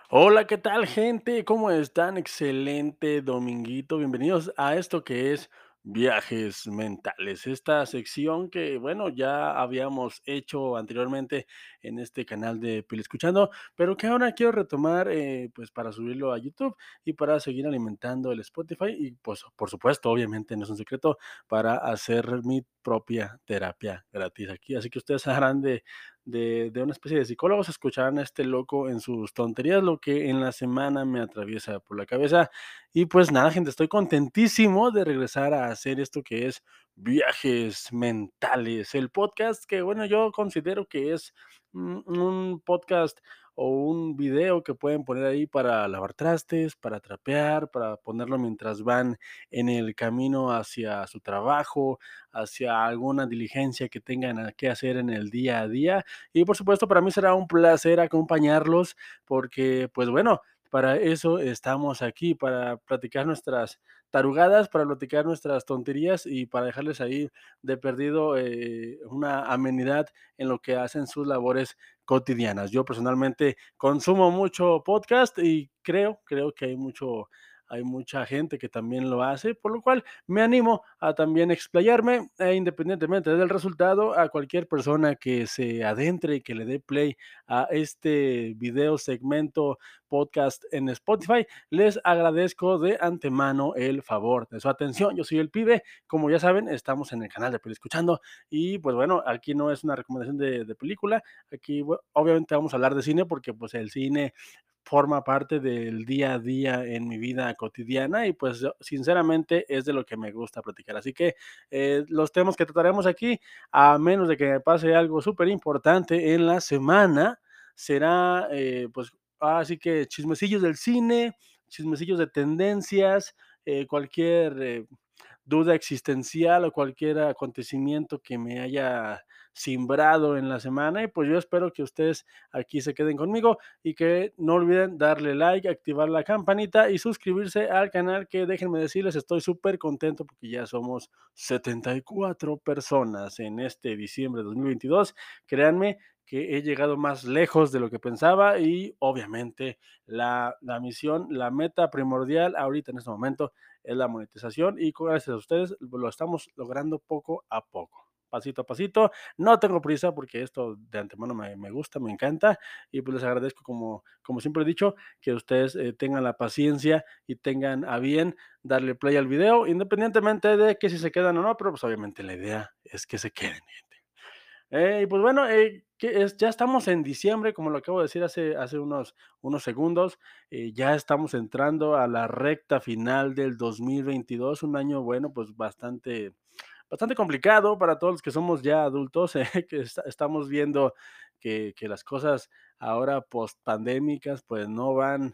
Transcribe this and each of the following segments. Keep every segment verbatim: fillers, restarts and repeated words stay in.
Hola, ¿qué tal, gente? ¿Cómo están? Excelente dominguito. Bienvenidos a esto que es Viajes Mentales, esta sección que, bueno, ya habíamos hecho anteriormente en este canal de Pili Escuchando, pero que ahora quiero retomar, eh, pues para subirlo a YouTube y para seguir alimentando el Spotify y, pues, por supuesto, obviamente no es un secreto, para hacer mi propia terapia gratis aquí. Así que ustedes harán de de, de una especie de psicólogos, escucharán a este loco en sus tonterías, lo que en la semana me atraviesa por la cabeza. Y pues nada, gente, estoy contentísimo de regresar a hacer esto que es Viajes Mentales, el podcast que, bueno, yo considero que es mm, un podcast o un video que pueden poner ahí para lavar trastes, para trapear, para ponerlo mientras van en el camino hacia su trabajo, hacia alguna diligencia que tengan que hacer en el día a día. Y por supuesto, para mí será un placer acompañarlos porque, pues bueno, para eso estamos aquí, para platicar nuestras tarugadas, para platicar nuestras tonterías y para dejarles ahí de perdido eh, una amenidad en lo que hacen sus labores cotidianas. Yo personalmente consumo mucho podcast y creo, creo que hay mucho, hay mucha gente que también lo hace, por lo cual me animo a también explayarme, e independientemente del resultado, a cualquier persona que se adentre y que le dé play a este video segmento podcast en Spotify, les agradezco de antemano el favor de su atención. Yo soy el Pibe, como ya saben, estamos en el canal de Peli Escuchando y pues bueno, aquí no es una recomendación de, de película, aquí bueno, obviamente vamos a hablar de cine porque pues el cine forma parte del día a día en mi vida cotidiana y pues yo, sinceramente es de lo que me gusta platicar. Así que eh, los temas que trataremos aquí, a menos de que me pase algo súper importante en la semana, será eh, pues así que chismecillos del cine, chismecillos de tendencias, eh, cualquier eh, duda existencial o cualquier acontecimiento que me haya simbrado en la semana y pues yo espero que ustedes aquí se queden conmigo y que no olviden darle like, activar la campanita y suscribirse al canal que déjenme decirles, estoy súper contento porque ya somos setenta y cuatro personas en este diciembre de dos mil veintidós. Créanme que he llegado más lejos de lo que pensaba y obviamente la, la misión, la meta primordial ahorita en este momento es la monetización y gracias a ustedes lo estamos logrando poco a poco. Pasito a pasito, no tengo prisa porque esto de antemano me, me gusta, me encanta y pues les agradezco como, como siempre he dicho que ustedes eh, tengan la paciencia y tengan a bien darle play al video independientemente de que si se quedan o no, pero pues obviamente la idea es que se queden. Eh, y pues bueno, eh, que es, ya estamos en diciembre, como lo acabo de decir hace, hace unos, unos segundos, eh, ya estamos entrando a la recta final del dos mil veintidós, un año, bueno, pues bastante, bastante complicado para todos los que somos ya adultos, eh, que est- estamos viendo que, que las cosas ahora post pandémicas pues no van,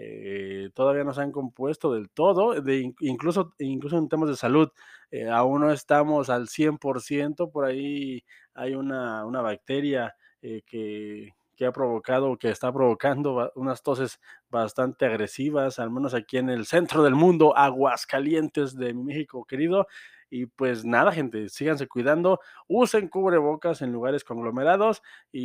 eh, todavía no se han compuesto del todo, de, in- incluso, incluso en temas de salud, eh, aún no estamos al cien por ciento, por ahí hay una, una bacteria eh, que, que ha provocado, que está provocando ba- unas toses bastante agresivas, al menos aquí en el centro del mundo, Aguascalientes de mi México querido. Y pues nada, gente, síganse cuidando, usen cubrebocas en lugares conglomerados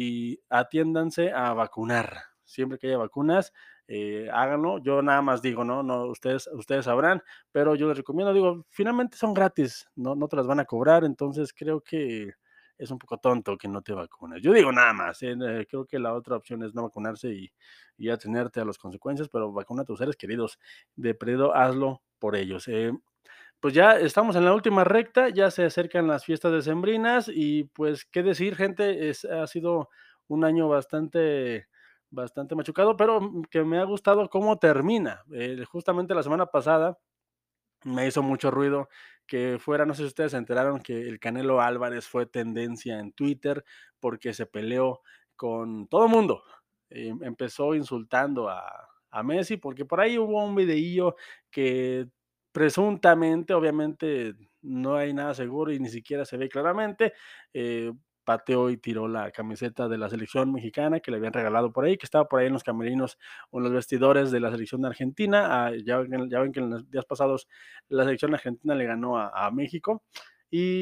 y atiéndanse a vacunar. Siempre que haya vacunas, eh, háganlo. Yo nada más digo, no, no, ustedes, ustedes sabrán, pero yo les recomiendo, digo, finalmente son gratis, no, no te las van a cobrar, entonces creo que es un poco tonto que no te vacunes. Yo digo nada más, eh, eh, creo que la otra opción es no vacunarse y, y atenerte a las consecuencias, pero vacuna a tus seres queridos. De perdido, hazlo por ellos. Eh, pues ya estamos en la última recta, ya se acercan las fiestas decembrinas y pues qué decir, gente, es, ha sido un año bastante, bastante machucado, pero mm, que me ha gustado cómo termina. Eh, justamente la semana pasada me hizo mucho ruido que fuera, no sé si ustedes se enteraron que el Canelo Álvarez fue tendencia en Twitter porque se peleó con todo el mundo. Eh, empezó insultando a, a Messi porque por ahí hubo un videillo que presuntamente, obviamente no hay nada seguro y ni siquiera se ve claramente, eh, pateó y tiró la camiseta de la selección mexicana que le habían regalado por ahí, que estaba por ahí en los camerinos o en los vestidores de la selección de Argentina. Ah, ya, ven- ya ven que en los días pasados la selección argentina le ganó a, a México. Y,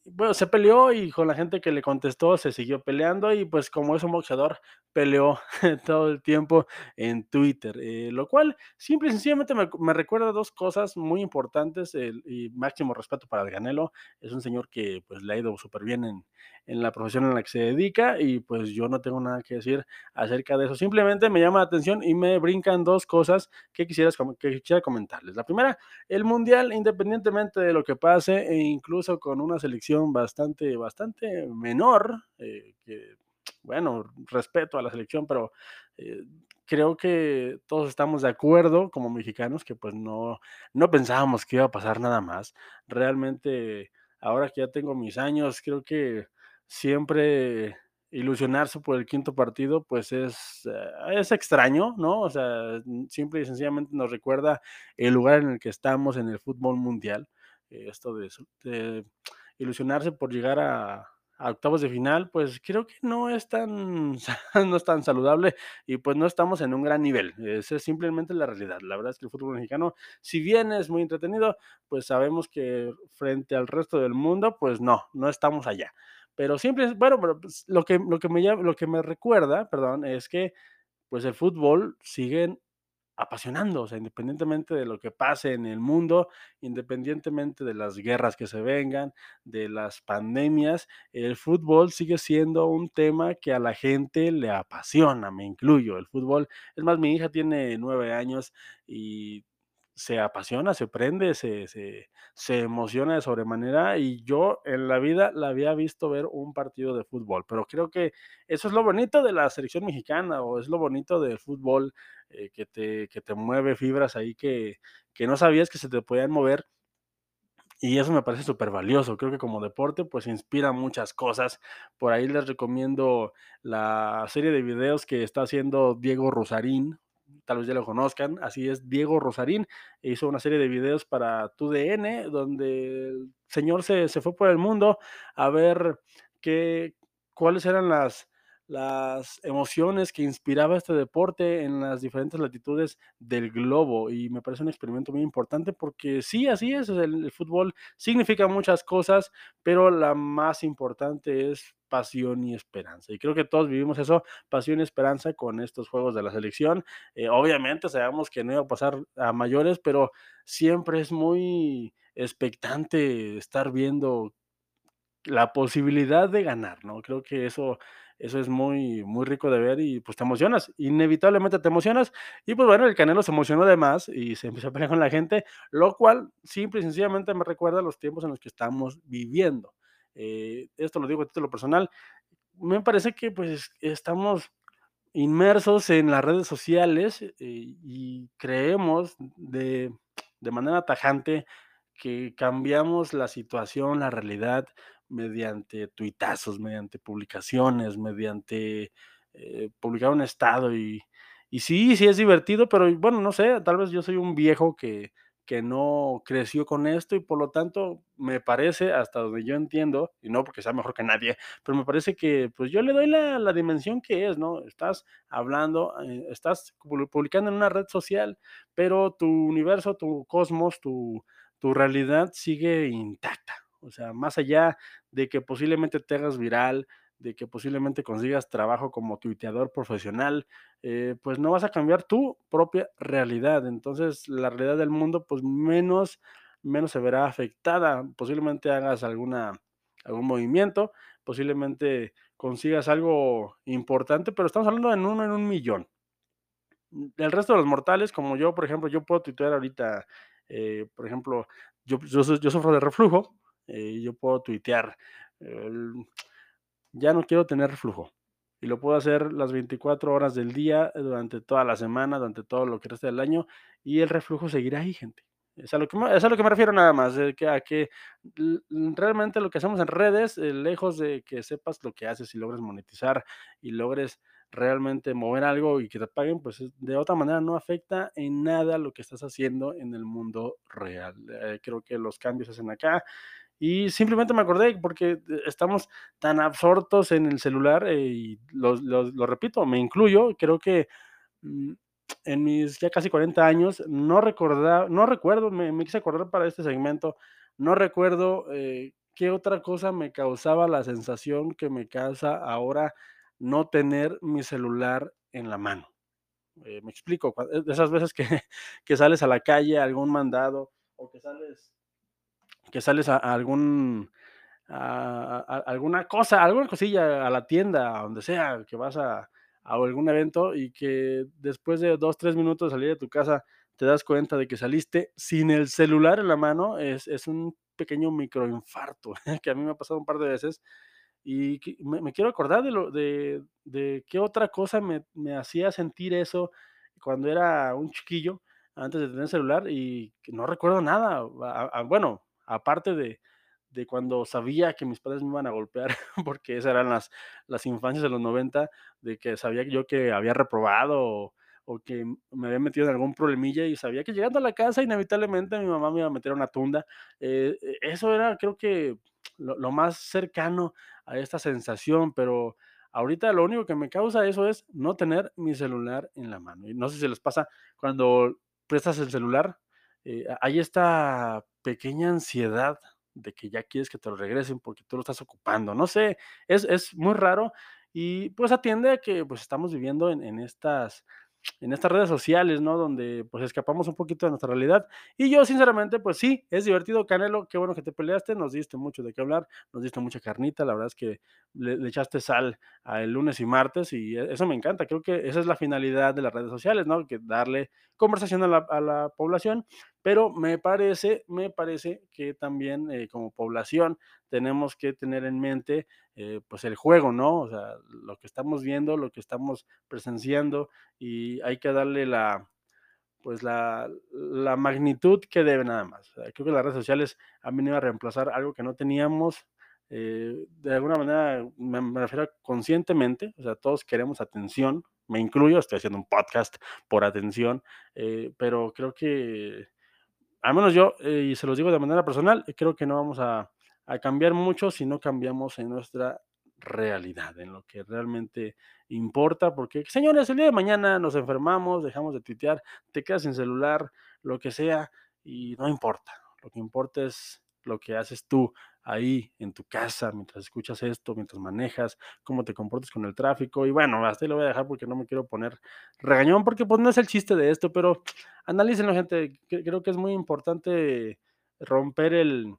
bueno, se peleó y con la gente que le contestó se siguió peleando y pues como es un boxeador, peleó todo el tiempo en Twitter, eh, lo cual simple y sencillamente me, me recuerda dos cosas muy importantes el, y máximo respeto para el Canelo. Es un señor que pues le ha ido súper bien en, en la profesión en la que se dedica y pues yo no tengo nada que decir acerca de eso. Simplemente me llama la atención y me brincan dos cosas que, quisieras, que quisiera comentarles. La primera, el mundial, independientemente de lo que pase, e incluso con una selección bastante, bastante menor, eh, que, bueno, respeto a la selección, pero eh, creo que todos estamos de acuerdo como mexicanos que pues no, no pensábamos que iba a pasar nada más. Realmente, ahora que ya tengo mis años, creo que siempre ilusionarse por el quinto partido, pues es, eh, es extraño, ¿no? O sea, simple y sencillamente nos recuerda el lugar en el que estamos en el fútbol mundial. Eh, esto de, su- de ilusionarse por llegar a, a octavos de final, pues creo que no es tan, no es tan saludable y pues no estamos en un gran nivel. Esa es simplemente la realidad. La verdad es que el fútbol mexicano, si bien es muy entretenido, pues sabemos que frente al resto del mundo, pues no, no estamos allá. Pero siempre, bueno, pero pues, lo que, lo que me llama- lo que me recuerda, perdón, es que pues el fútbol sigue apasionando, o sea, independientemente de lo que pase en el mundo, independientemente de las guerras que se vengan, de las pandemias, el fútbol sigue siendo un tema que a la gente le apasiona, me incluyo. El fútbol, es más, mi hija tiene nueve años y se apasiona, se prende, se, se, se emociona de sobremanera y yo en la vida la había visto ver un partido de fútbol, pero creo que eso es lo bonito de la selección mexicana o es lo bonito del fútbol, eh, que, te, que te mueve fibras ahí que, que no sabías que se te podían mover y eso me parece súper valioso. Creo que como deporte, pues inspira muchas cosas. Por ahí les recomiendo la serie de videos que está haciendo Diego Rosarín. Tal vez ya lo conozcan. Así es, Diego Rosarín hizo una serie de videos para tu D N, donde el señor se, se fue por el mundo a ver qué, cuáles eran las, las emociones que inspiraba este deporte en las diferentes latitudes del globo y me parece un experimento muy importante porque sí, así es, el, el fútbol significa muchas cosas, pero la más importante es pasión y esperanza. Y creo que todos vivimos eso, pasión y esperanza con estos juegos de la selección. Eh, obviamente sabemos que no iba a pasar a mayores, pero siempre es muy expectante estar viendo la posibilidad de ganar, ¿no? Creo que eso eso es muy muy rico de ver y, pues, te emocionas, inevitablemente te emocionas. Y, pues, bueno, el Canelo se emocionó de más y se empezó a pelear con la gente, lo cual simple y sencillamente me recuerda a los tiempos en los que estamos viviendo. Eh, esto lo digo a título personal. Me parece que, pues, estamos inmersos en las redes sociales, eh, y creemos de de manera tajante que cambiamos la situación, la realidad, mediante tuitazos, mediante publicaciones, mediante, eh, publicar un estado y y sí, sí es divertido, pero bueno, no sé, tal vez yo soy un viejo que que no creció con esto y por lo tanto me parece, hasta donde yo entiendo, y no porque sea mejor que nadie, pero me parece que, pues, yo le doy la la dimensión que es, ¿no? Estás hablando, eh, estás pu publicando en una red social, pero tu universo, tu cosmos, tu tu realidad sigue intacta. O sea, más allá de que posiblemente te hagas viral, de que posiblemente consigas trabajo como tuiteador profesional, eh, pues no vas a cambiar tu propia realidad. Entonces, la realidad del mundo, pues menos, menos se verá afectada. Posiblemente hagas alguna, algún movimiento, posiblemente consigas algo importante, pero estamos hablando en uno en un millón. El resto de los mortales, como yo, por ejemplo, yo puedo tuitear ahorita, eh, por ejemplo, yo, yo, su- yo sufro de reflujo, eh, yo puedo tuitear, el, ya no quiero tener reflujo. Y lo puedo hacer las veinticuatro horas del día, eh, durante toda la semana, durante todo lo que resta del año, y el reflujo seguirá ahí, gente. Es a lo que me, es a lo que me refiero nada más, de que, a que l- l- realmente lo que hacemos en redes, eh, lejos de que sepas lo que haces y logres monetizar y logres realmente mover algo y que te paguen, pues es- de otra manera no afecta en nada lo que estás haciendo en el mundo real. Eh, creo que los cambios se hacen acá y simplemente me acordé porque eh, estamos tan absortos en el celular, eh, y lo, lo- lo repito, me incluyo, creo que mm, en mis ya casi cuarenta años no recordaba, no recuerdo, me, me quise acordar para este segmento, no recuerdo eh, qué otra cosa me causaba la sensación que me causa ahora no tener mi celular en la mano. Eh, me explico, cua de esas veces que que sales a la calle a algún mandado o que sales que sales a a algún a a alguna cosa, alguna cosilla, a la tienda, a donde sea, que vas a a algún evento y que después de dos tres minutos de salir de tu casa te das cuenta de que saliste sin el celular en la mano, es es un pequeño microinfarto, que a mí me ha pasado un par de veces y que me me quiero acordar de lo de de qué otra cosa me me hacía sentir eso cuando era un chiquillo, antes de tener celular, y que no recuerdo nada. A a bueno, aparte de de cuando sabía que mis padres me iban a golpear, porque esas eran las las infancias de los noventa, de que sabía yo que había reprobado o o que me había metido en algún problemilla y sabía que llegando a la casa inevitablemente mi mamá me iba a meter a una tunda. Eh, e eso era, creo que lo lo más cercano a esta sensación, pero ahorita lo único que me causa eso es no tener mi celular en la mano. Y no sé si les pasa cuando prestas el celular, eh, hay esta pequeña ansiedad de que ya quieres que te lo regresen porque tú lo estás ocupando. No sé, es, es muy raro y pues atiende a que pues estamos viviendo en, en estas en estas redes sociales, ¿no? Donde pues escapamos un poquito de nuestra realidad. Y yo sinceramente, pues sí, es divertido, Canelo, qué bueno que te peleaste, nos diste mucho de qué hablar, nos diste mucha carnita, la verdad es que le, le echaste sal al lunes y martes y e- eso me encanta, creo que esa es la finalidad de las redes sociales, ¿no? Que darle conversación a la, a la población, pero me parece, me parece que también eh, como población tenemos que tener en mente eh, pues el juego, ¿no? O sea, lo que estamos viendo, lo que estamos presenciando, y hay que darle la, pues la, la magnitud que debe nada más. O sea, creo que las redes sociales han venido a reemplazar algo que no teníamos. Eh, de alguna manera, me, me refiero a conscientemente, o sea, todos queremos atención, me incluyo, estoy haciendo un podcast por atención, eh, pero creo que al menos yo, eh, y se los digo de manera personal, eh, creo que no vamos a, a cambiar mucho si no cambiamos en nuestra realidad, en lo que realmente importa, porque señores, el día de mañana nos enfermamos, dejamos de tuitear, te quedas sin celular, lo que sea, y no importa. Lo que importa es lo que haces tú ahí en tu casa, mientras escuchas esto, mientras manejas, cómo te comportas con el tráfico. Y bueno, hasta ahí lo voy a dejar porque no me quiero poner regañón, porque pues no es el chiste de esto, pero analícenlo, gente. Cre- Creo que es muy importante romper el,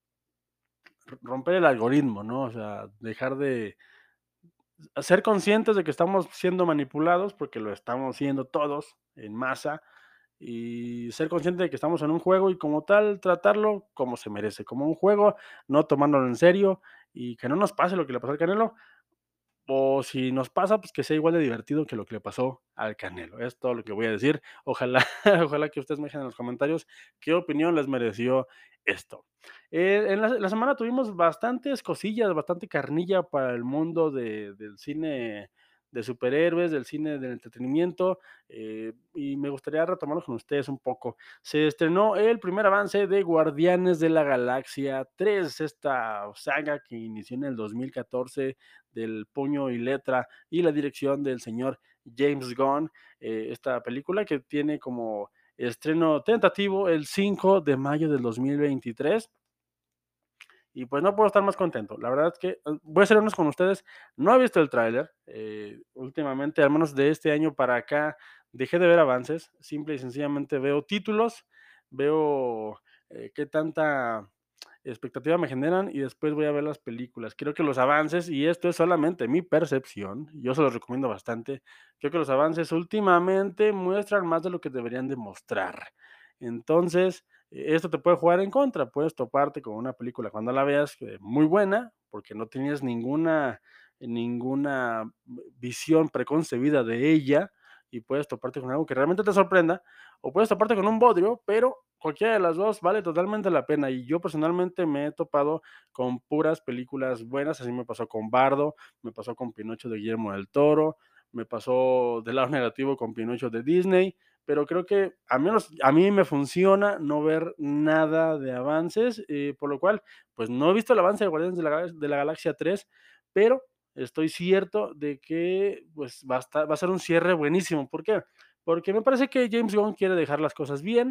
romper el algoritmo, ¿no? O sea, dejar de ser conscientes de que estamos siendo manipulados, porque lo estamos siendo todos en masa, y ser consciente de que estamos en un juego y como tal tratarlo como se merece, como un juego, no tomándolo en serio y que no nos pase lo que le pasó al Canelo, o si nos pasa, pues que sea igual de divertido que lo que le pasó al Canelo. Es todo lo que voy a decir. Ojalá, ojalá que ustedes me dejen en los comentarios qué opinión les mereció esto. Eh, en la, la semana tuvimos bastantes cosillas, bastante carnilla para el mundo de- del cine de superhéroes, del cine del entretenimiento, eh, y me gustaría retomarlo con ustedes un poco. Se estrenó el primer avance de Guardianes de la Galaxia tres, esta saga que inició en el dos mil catorce del puño y letra y la dirección del señor James Gunn, eh, esta película que tiene como estreno tentativo el cinco de mayo del dos mil veintitrés. Y pues no puedo estar más contento. La verdad es que, eh, voy a ser honesto con ustedes, no he visto el tráiler. Eh, últimamente, al menos de este año para acá, dejé de ver avances. Simple y sencillamente veo títulos, veo eh, qué tanta expectativa me generan y después voy a ver las películas. Creo que los avances, y esto es solamente mi percepción, yo se los recomiendo bastante, creo que los avances últimamente muestran más de lo que deberían demostrar. Entonces, eh, esto te puede jugar en contra, puedes toparte con una película cuando la veas eh, muy buena, porque no tenías ninguna, ninguna visión preconcebida de ella, y puedes toparte con algo que realmente te sorprenda, o puedes toparte con un bodrio, pero cualquiera de las dos vale totalmente la pena. Y yo personalmente me he topado con puras películas buenas, así me pasó con Bardo, me pasó con Pinocho de Guillermo del Toro, me pasó del lado negativo con Pinocho de Disney, pero creo que al menos a mí me funciona no ver nada de avances, eh, por lo cual, pues no he visto el avance de Guardianes de la, Gal- de la Galaxia tres, pero estoy cierto de que pues va a, estar- va a ser un cierre buenísimo. ¿Por qué? Porque me parece que James Gunn quiere dejar las cosas bien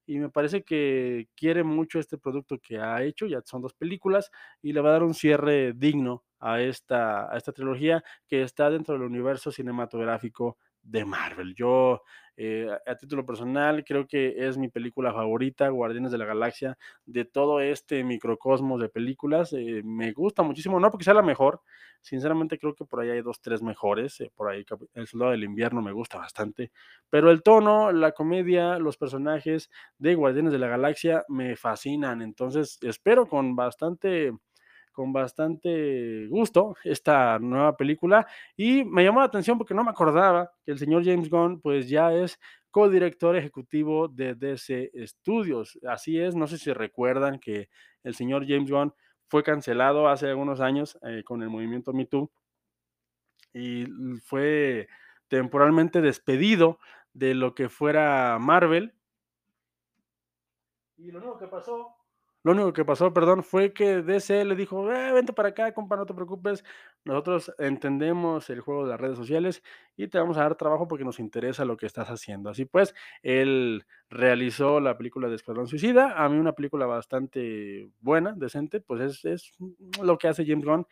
y me parece que quiere mucho este producto que ha hecho, ya son dos películas, y le va a dar un cierre digno a esta, a esta trilogía que está dentro del universo cinematográfico de Marvel. Yo, eh, a a título personal, creo que es mi película favorita, Guardianes de la Galaxia, de todo este microcosmos de películas. Eh, me gusta muchísimo, no porque sea la mejor, sinceramente creo que por ahí hay dos, tres mejores. Eh, por ahí Cap- El Soldado del Invierno me gusta bastante, pero el tono, la comedia, los personajes de Guardianes de la Galaxia me fascinan. Entonces, espero con bastante con bastante gusto esta nueva película y me llamó la atención porque no me acordaba que el señor James Gunn pues ya es codirector ejecutivo de D C Studios. Así es, no sé si recuerdan que el señor James Gunn fue cancelado hace algunos años eh, con el movimiento Me Too y fue temporalmente despedido de lo que fuera Marvel. Y lo único que pasó lo único que pasó, perdón, fue que D C le dijo: "Eh, vente para acá, compa, no te preocupes, nosotros entendemos el juego de las redes sociales y te vamos a dar trabajo porque nos interesa lo que estás haciendo". Así pues, él realizó la película de Escuadrón Suicida, a mí una película bastante buena, decente, pues es es lo que hace James Gunn,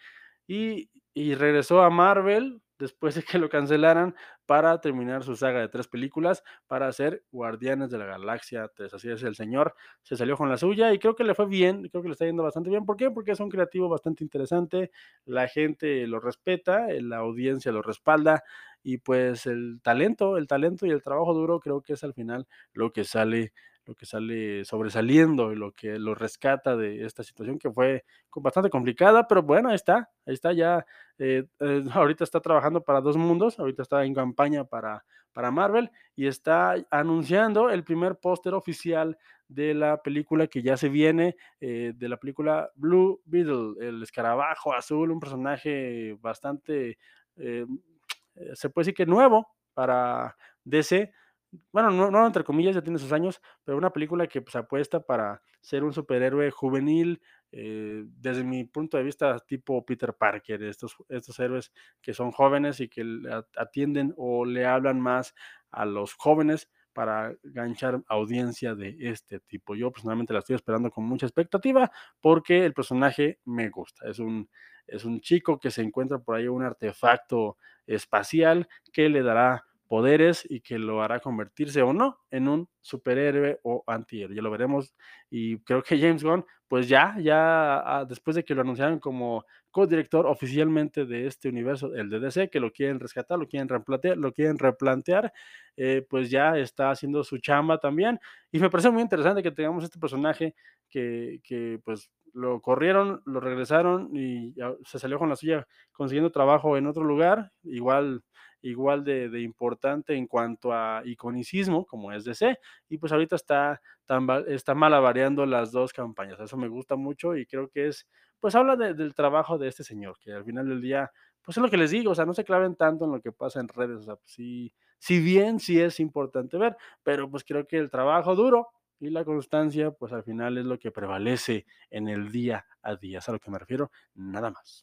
y y regresó a Marvel después de que lo cancelaran para terminar su saga de tres películas, para hacer Guardianes de la Galaxia tres. Así es, el señor se salió con la suya y creo que le fue bien, creo que le está yendo bastante bien. ¿Por qué? Porque es un creativo bastante interesante, la gente lo respeta, eh, la audiencia lo respalda y pues el talento, el talento y el trabajo duro creo que es al final lo que sale lo que sale sobresaliendo y lo que lo rescata de esta situación que fue co- bastante complicada, pero bueno, ahí está, ahí está ya, eh, eh, ahorita está trabajando para Dos Mundos, ahorita está en campaña para, para Marvel y está anunciando el primer póster oficial de la película que ya se viene, eh, de la película Blue Beetle, el escarabajo azul, un personaje bastante, eh, eh, se puede decir que nuevo para D C. Bueno, no, no entre comillas, ya tiene sus años, pero una película que pues apuesta para ser un superhéroe juvenil, eh, desde mi punto de vista, tipo Peter Parker, estos, estos héroes que son jóvenes y que le a- atienden o le hablan más a los jóvenes para ganchar audiencia de este tipo. Yo personalmente la estoy esperando con mucha expectativa porque el personaje me gusta. Es un, es un chico que se encuentra por ahí un artefacto espacial que le dará poderes y que lo hará convertirse o no en un superhéroe o antihéroe. Ya lo veremos. Y creo que James Gunn, pues ya, ya ah, después de que lo anunciaron como co-director oficialmente de este universo, el de D C, que lo quieren rescatar, lo quieren replantear, lo quieren replantear, eh, pues ya está haciendo su chamba también. Y me parece muy interesante que tengamos este personaje que, que pues lo corrieron, lo regresaron y ya se salió con la suya consiguiendo trabajo en otro lugar, igual igual de, de importante en cuanto a iconicismo, como es D C, y pues ahorita está, tan, está malabareando las dos campañas. Eso me gusta mucho y creo que es, pues habla de- del trabajo de este señor, que al final del día, pues es lo que les digo, o sea, no se claven tanto en lo que pasa en redes, o sea, pues, sí, si bien sí es importante ver, pero pues creo que el trabajo duro y la constancia, pues al final es lo que prevalece en el día a día, es a lo que me refiero, nada más.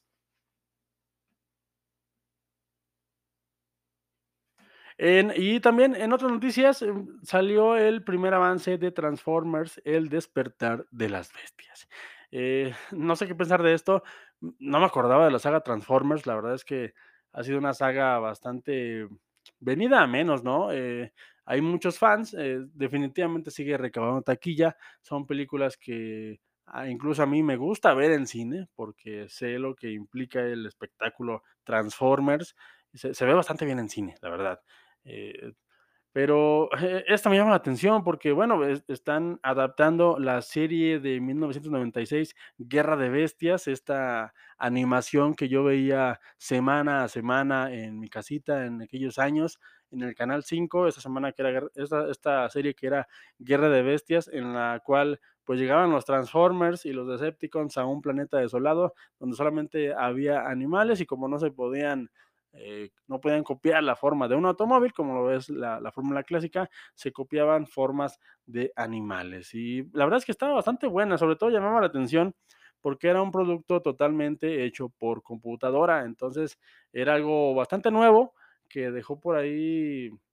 En y también en otras noticias, em, salió el primer avance de Transformers: El despertar de las bestias. Eh, no sé qué pensar de esto, n no me acordaba de la saga Transformers, la verdad es que ha sido una saga bastante venida a menos, ¿no? Eh, hay muchos fans, eh, definitivamente sigue recaudando taquilla, son películas que, ah, incluso a mí me gusta ver en cine, porque sé lo que implica el espectáculo Transformers, se se ve bastante bien en cine, la verdad. Eh, pero eh, esto me llama la atención porque, bueno, es- están adaptando la serie de mil novecientos noventa y seis, Guerra de Bestias, esta animación que yo veía semana a semana en mi casita en aquellos años, en el Canal cinco, esta semana que era, guerra- esta, esta serie que era Guerra de Bestias, en la cual pues llegaban los Transformers y los Decepticons a un planeta desolado donde solamente había animales y como no se podían eh, no podían copiar la forma de un automóvil, como lo es la, la fórmula clásica, se copiaban formas de animales. Y la verdad es que estaba bastante buena, sobre todo llamaba la atención porque era un producto totalmente hecho por computadora, entonces era algo bastante nuevo que dejó por ahí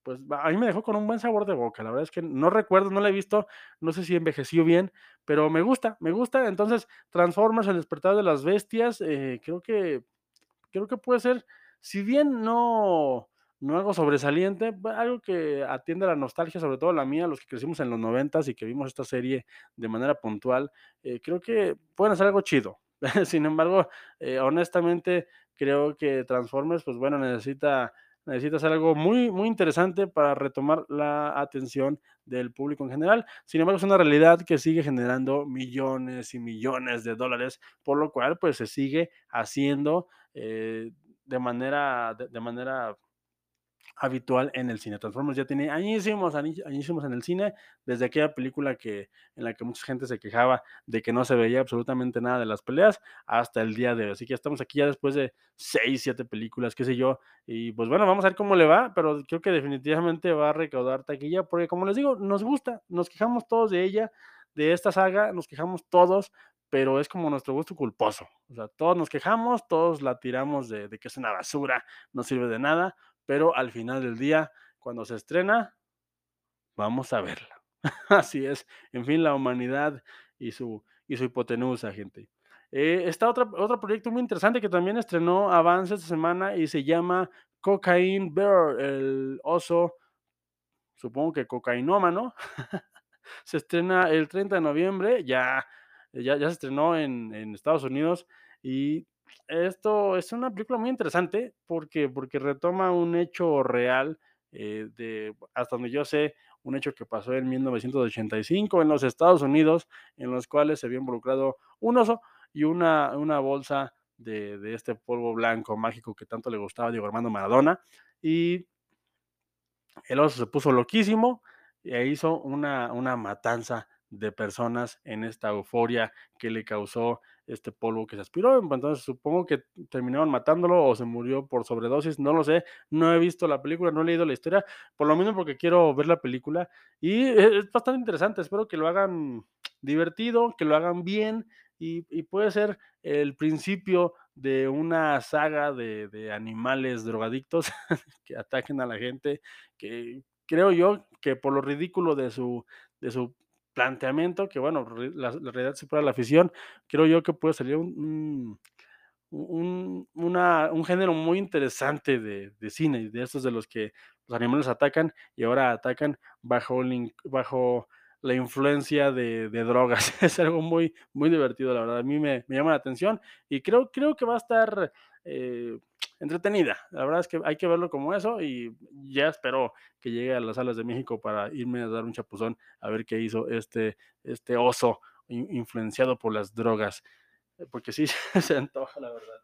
pues, a mí me dejó con un buen sabor de boca. La verdad es que no recuerdo, no la he visto, no sé si envejeció bien, pero me gusta, me gusta. Entonces, Transformers: El despertar de las bestias, eh, creo que creo que puede ser, si bien no no algo sobresaliente, va algo que atiende a la nostalgia, sobre todo la mía, los que crecimos en los noventas y que vimos esta serie de manera puntual, eh, creo que pueden hacer algo chido. Sin embargo, eh, honestamente, creo que Transformers, pues bueno, necesita necesita hacer algo muy muy interesante para retomar la atención del público en general. Sin embargo, es una realidad que sigue generando millones y millones de dólares, por lo cual, pues, se sigue haciendo, eh, de manera de de manera habitual en el cine. Transformers ya tiene añísimos, añi añísimos en el cine, desde aquella película que en la que mucha gente se quejaba de que no se veía absolutamente nada de las peleas, hasta el día de hoy. Así que ya estamos aquí ya después de seis, siete películas, qué sé yo. Y pues bueno, vamos a ver cómo le va, pero creo que definitivamente va a recaudar taquilla, porque como les digo, nos gusta, nos quejamos todos de ella, de esta saga, nos quejamos todos, pero es como nuestro gusto culposo. O sea, todos nos quejamos, todos la tiramos de, de que es una basura, no sirve de nada, pero al final del día, cuando se estrena, vamos a verla. Así es, en fin, la humanidad y su, y su hipotenusa, gente. Eh, está otra, otro proyecto muy interesante que también estrenó Avance esta semana y se llama Cocaine Bear, el oso, supongo que cocainómano. Se estrena el treinta de noviembre, ya, ya, ya se estrenó en, en Estados Unidos y esto es una película muy interesante porque, porque retoma un hecho real, eh, de, hasta donde yo sé, un hecho que pasó en mil novecientos ochenta y cinco en los Estados Unidos, en los cuales se había involucrado un oso y una, una bolsa de, de este polvo blanco mágico que tanto le gustaba a Diego Armando Maradona. Y el oso se puso loquísimo e hizo una, una matanza de personas en esta euforia que le causó este polvo que se aspiró. Entonces supongo que terminaron matándolo o se murió por sobredosis, no lo sé, no he visto la película, no he leído la historia, por lo menos porque quiero ver la película y e- es bastante interesante, espero que lo hagan divertido, que lo hagan bien y, y puede ser el principio de una saga de, de animales drogadictos que ataquen a la gente, que creo yo que por lo ridículo de su, de su planteamiento, que bueno, re- la, la realidad supera la afición, creo yo que puede salir un, un, un- una- un género muy interesante de, de cine, de estos de los que los animales atacan y ahora atacan bajo, el in- bajo la influencia de, de drogas. Es algo muy, muy divertido, la verdad. A mí me, me llama la atención y creo, creo que va a estar eh, entretenida. La verdad es que hay que verlo como eso y ya espero que llegue a las salas de México para irme a dar un chapuzón a ver qué hizo este, este oso in- influenciado por las drogas. Eh, porque sí, se antoja, la verdad.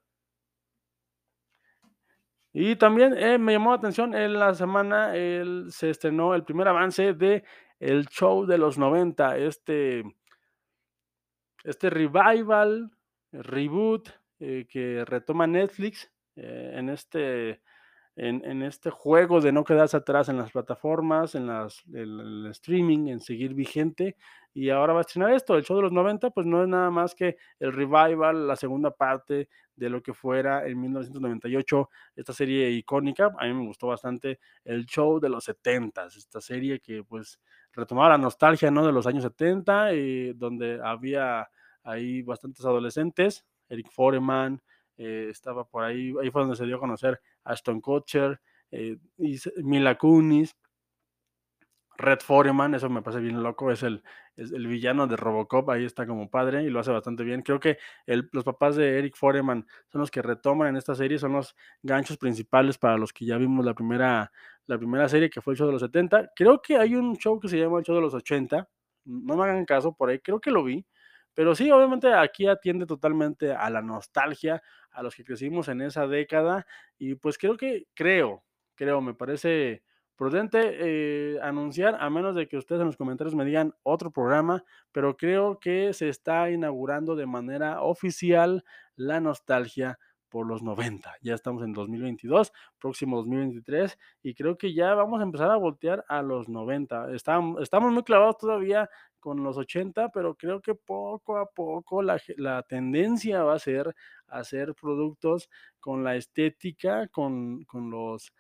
Y también, eh, me llamó la atención, en la semana, el se estrenó el primer avance de El Show de los noventa, este este revival, reboot, eh, que retoma Netflix, eh, en este en, en este juego de no quedarse atrás en las plataformas, en las, el, el streaming, en seguir vigente. Y ahora va a estrenar esto, el show de los noventa, pues no es nada más que el revival, la segunda parte de lo que fuera en mil novecientos noventa y ocho, esta serie icónica. A mí me gustó bastante el show de los setenta, esta serie que pues retomaba la nostalgia, ¿no? De los años setenta, y donde había ahí bastantes adolescentes, Eric Foreman, eh, estaba por ahí, ahí fue donde se dio a conocer Ashton Kutcher, eh, y Mila Kunis, Red Foreman, eso me parece bien loco, es el, es el villano de Robocop, ahí está como padre y lo hace bastante bien. Creo que el, los papás de Eric Foreman son los que retoman en esta serie, son los ganchos principales para los que ya vimos la primera, la primera serie que fue el show de los setenta. Creo que hay un show que se llama el show de los ochenta, no me hagan caso por ahí, creo que lo vi, pero sí, obviamente aquí atiende totalmente a la nostalgia, a los que crecimos en esa década y pues creo que, creo, creo, me parece prudente eh, anunciar, a menos de que ustedes en los comentarios me digan otro programa, pero creo que se está inaugurando de manera oficial la nostalgia por los noventa. Ya estamos en dos mil veintidós, próximo dos mil veintitrés, y creo que ya vamos a empezar a voltear a los noventa. Estamos, estamos muy clavados todavía con los ochenta, pero creo que poco a poco la, la tendencia va a ser hacer productos con la estética, con, con los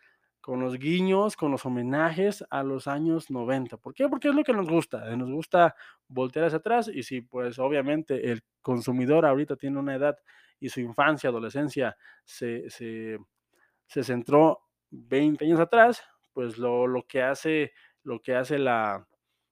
con los guiños, con los homenajes a los años noventa. ¿Por qué? Porque es lo que nos gusta, eh, nos gusta voltear hacia atrás y si, pues, obviamente el consumidor ahorita tiene una edad y su infancia, adolescencia se se se centró veinte años atrás, pues lo lo que hace lo que hace la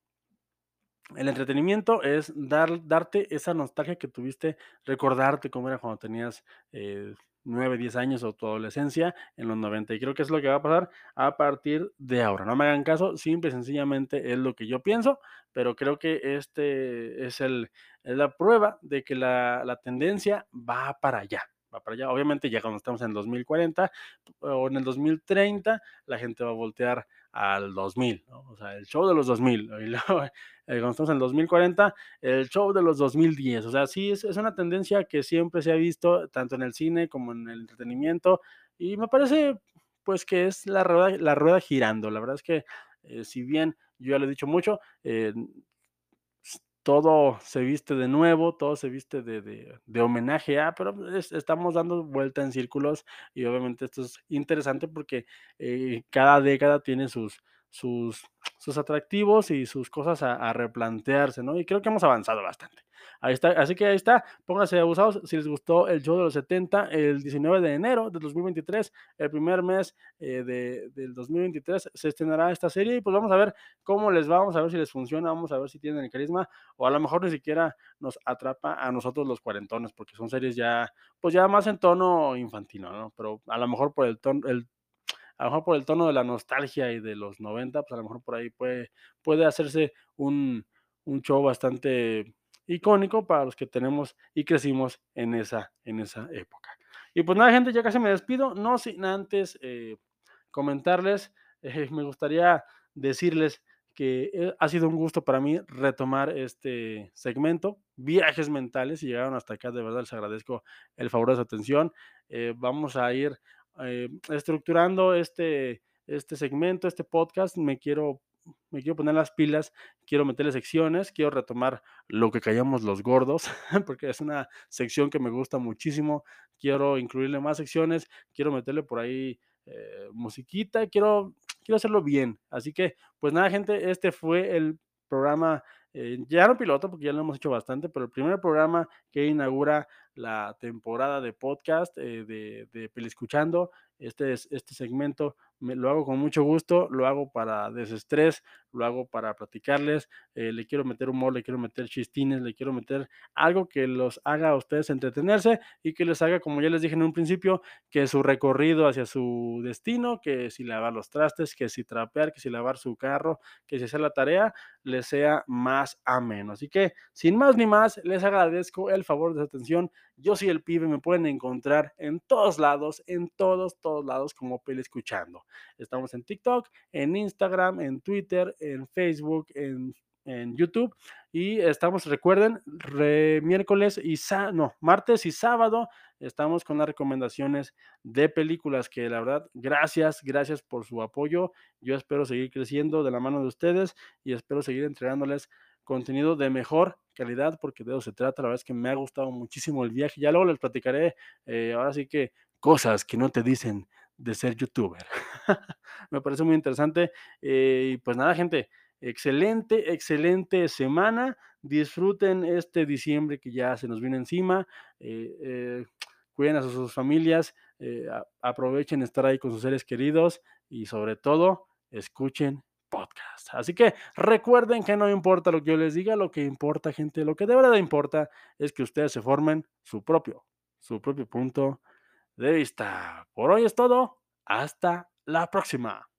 el entretenimiento es dar darte esa nostalgia que tuviste, recordarte cómo era cuando tenías, eh, nueve, diez años o tu adolescencia en los noventa, y creo que es lo que va a pasar a partir de ahora. No me hagan caso, simple y sencillamente es lo que yo pienso, pero creo que este es el es la prueba de que la la tendencia va para allá, va para allá. Obviamente, ya cuando estamos en el dos mil cuarenta o en el dos mil treinta, la gente va a voltear al dos mil, ¿no? O sea, el show de los dos mil, y luego eh, cuando estamos en el dos mil cuarenta, el show de los dos mil diez. O sea, sí, es, es una tendencia que siempre se ha visto tanto en el cine como en el entretenimiento y me parece pues que es la rueda, la rueda girando. La verdad es que eh, si bien yo ya lo he dicho mucho, eh, todo se viste de nuevo, todo se viste de de de homenaje a, pero es estamos dando vuelta en círculos y obviamente esto es interesante porque, eh, cada década tiene sus sus sus atractivos y sus cosas a a replantearse, ¿no? Y creo que hemos avanzado bastante. Ahí está, así que ahí está, pónganse abusados si les gustó el show de los setenta, el diecinueve de enero del dos mil veintitrés, el primer mes, eh, de del dos mil veintitrés se estrenará esta serie y, pues, vamos a ver cómo les va, vamos a ver si les funciona, vamos a ver si tienen el carisma o a lo mejor ni siquiera nos atrapa a nosotros los cuarentones, porque son series ya, pues ya más en tono infantil, ¿no? Pero a lo mejor por el tono, el, a lo mejor por el tono de la nostalgia y de los noventa, pues a lo mejor por ahí puede, puede hacerse un, un show bastante icónico para los que tenemos y crecimos en esa, en esa época. Y pues nada, gente, ya casi me despido, no sin antes eh, comentarles, eh, me gustaría decirles que eh, ha sido un gusto para mí retomar este segmento, viajes mentales, si llegaron hasta acá, de verdad les agradezco el favor de su atención. Eh, vamos a ir eh, estructurando este, este segmento, este podcast, me quiero, me quiero poner las pilas, quiero meterle secciones, quiero retomar lo que callamos los gordos, porque es una sección que me gusta muchísimo, quiero incluirle más secciones, quiero meterle por ahí eh, musiquita, quiero, quiero hacerlo bien. Así que, pues nada, gente, este fue el programa, eh, ya no piloto, porque ya lo hemos hecho bastante, pero el primer programa que inaugura la temporada de podcast eh, de, de Peliscuchando. Este, es, este segmento me, lo hago con mucho gusto, lo hago para desestrés, lo hago para platicarles, eh, le quiero meter humor, le quiero meter chistines, le quiero meter algo que los haga a ustedes entretenerse y que les haga, como ya les dije en un principio, que su recorrido hacia su destino, que si lavar los trastes, que si trapear, que si lavar su carro, que si hacer la tarea, les sea más ameno. Así que, sin más ni más, les agradezco el favor de su atención. Yo soy el pibe, me pueden encontrar en todos lados, en todos, todos lados como Pele Escuchando. Estamos en TikTok, en Instagram, en Twitter, en Facebook, en, en YouTube y estamos, recuerden, re, miércoles y sá, no, martes y sábado estamos con las recomendaciones de películas que la verdad, gracias, gracias por su apoyo. Yo espero seguir creciendo de la mano de ustedes y espero seguir entregándoles contenido de mejor calidad, porque de eso se trata. La verdad es que me ha gustado muchísimo el viaje. Ya luego les platicaré, eh, ahora sí que cosas que no te dicen de ser youtuber. Me parece muy interesante. Eh, y pues nada, gente, excelente, excelente semana. Disfruten este diciembre que ya se nos viene encima. Eh, eh, cuiden a sus, sus familias, eh, a, aprovechen estar ahí con sus seres queridos y sobre todo, escuchen podcast. Así que recuerden que no importa lo que yo les diga, lo que importa, gente, lo que de verdad importa es que ustedes se formen su propio, su propio punto de vista. Por hoy es todo. Hasta la próxima.